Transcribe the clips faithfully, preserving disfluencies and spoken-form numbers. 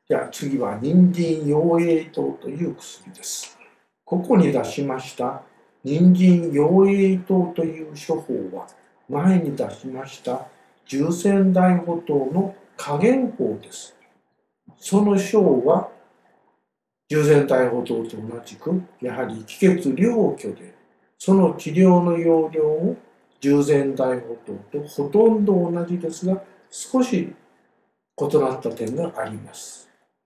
じゃあ次は人参養栄糖という薬です。ここに出しました人参養栄糖という処方は前に出しました重仙大補糖の加減法です。その章は重仙大補糖と同じくやはり気血両虚でその治療の要領を重仙大補糖とほとんど同じですが少し異なった点があります。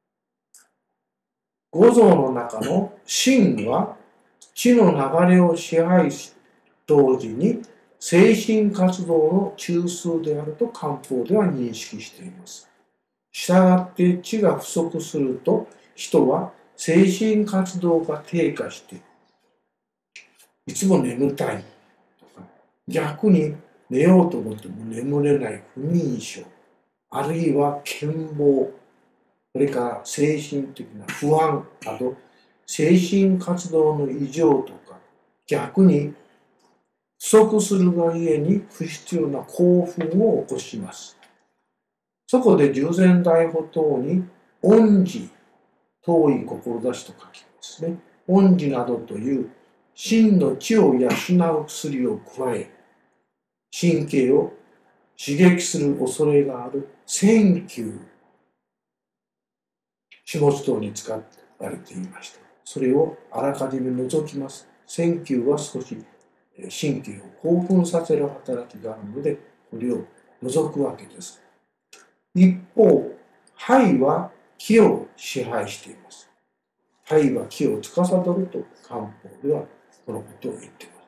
五臓の中の心は血の流れを支配し同時に精神活動の中枢であると漢方では認識しています。したがって血が不足すると人は精神活動が低下していつも眠たいとか逆に寝ようと思っても眠れない不眠症あるいは健忘それから精神的な不安など精神活動の異常とか逆に不足するがゆえに不必要な興奮を起こします。そこで重仙大補糖に恩寺遠い志と書きますね。恩寺などという心の知を養う薬を加え神経を刺激する恐れがある線球始末糖に使われていました。それをあらかじめ除きます。線球は少し神経を興奮させる働きがあるので、これを除くわけです。一方、肺は気を支配しています。肺は気を司ると漢方ではこのことを言っています。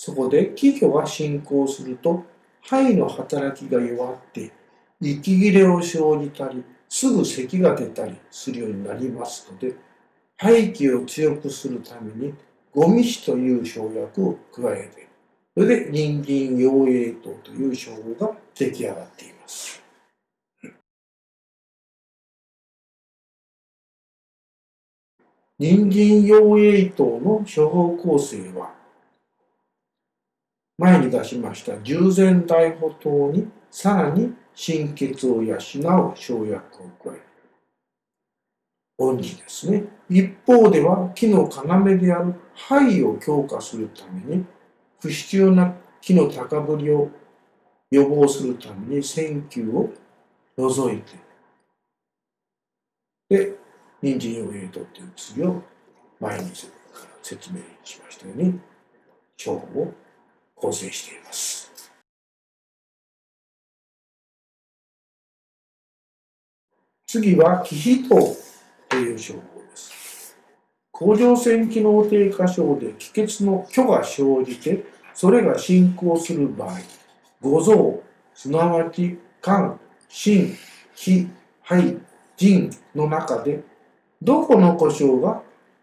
そこで気虚が進行すると、肺の働きが弱って、息切れを生じたり、すぐ咳が出たりするようになりますので、肺気を強くするために、五味子という生薬を加えて、それで人参養栄糖という処方が出来上がっています。人参養栄糖の処方構成は、前に出しました重仙大補糖にさらに心血を養う生薬を加える。恩寺ですね。一方では気の要である肺を強化するために不必要な気の高ぶりを予防するために線球を除いてで人参養栄糖という薬を前に説明しましたように処方を構成しています。次は気脾糖という処方です。甲状腺機能低下症で気血の虚が生じてそれが進行する場合、五臓すなわち肝、心、脾、肺、腎の中でどこの故障が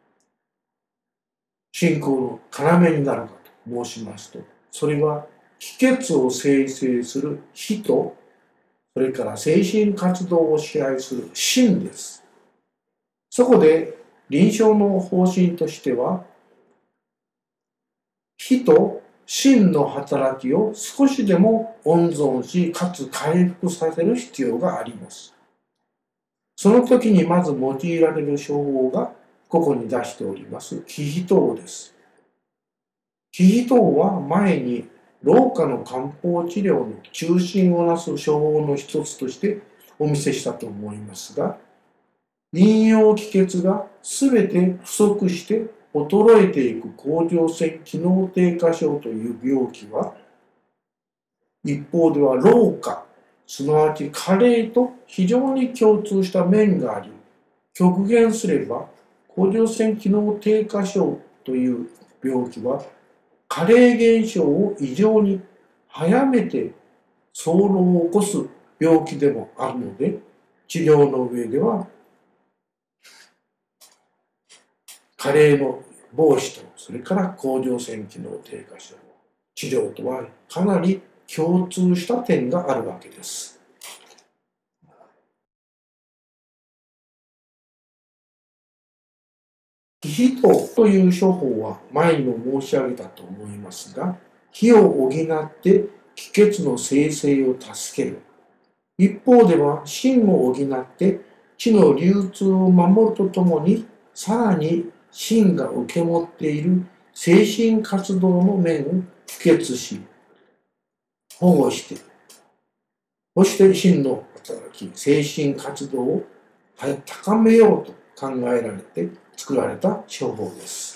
進行の要になるかと申しますと、それは気血を生成する脾とそれから精神活動を支配する心です。そこで臨床の方針としては、脾と心の働きを少しでも温存し、かつ回復させる必要があります。その時にまず用いられる処方が、ここに出しております気脾糖です。気脾糖は前に老化の漢方治療の中心をなす処方の一つとしてお見せしたと思いますが、陰陽気血がすべて不足して衰えていく甲状腺機能低下症という病気は、一方では老化、すなわち加齢と非常に共通した面があり、極限すれば甲状腺機能低下症という病気は加齢現象を異常に早めて早老を起こす病気でもあるので、治療の上では加齢の防止とそれから甲状腺機能低下症治療とはかなり共通した点があるわけです。気脾糖という処方は前にも申し上げたと思いますが、気を補って気血の生成を助ける。一方では心を補って知の流通を守るとともに、さらに真が受け持っている精神活動の面を不潔し、保護して、そして真の働き、精神活動を高めようと考えられて作られた手法です。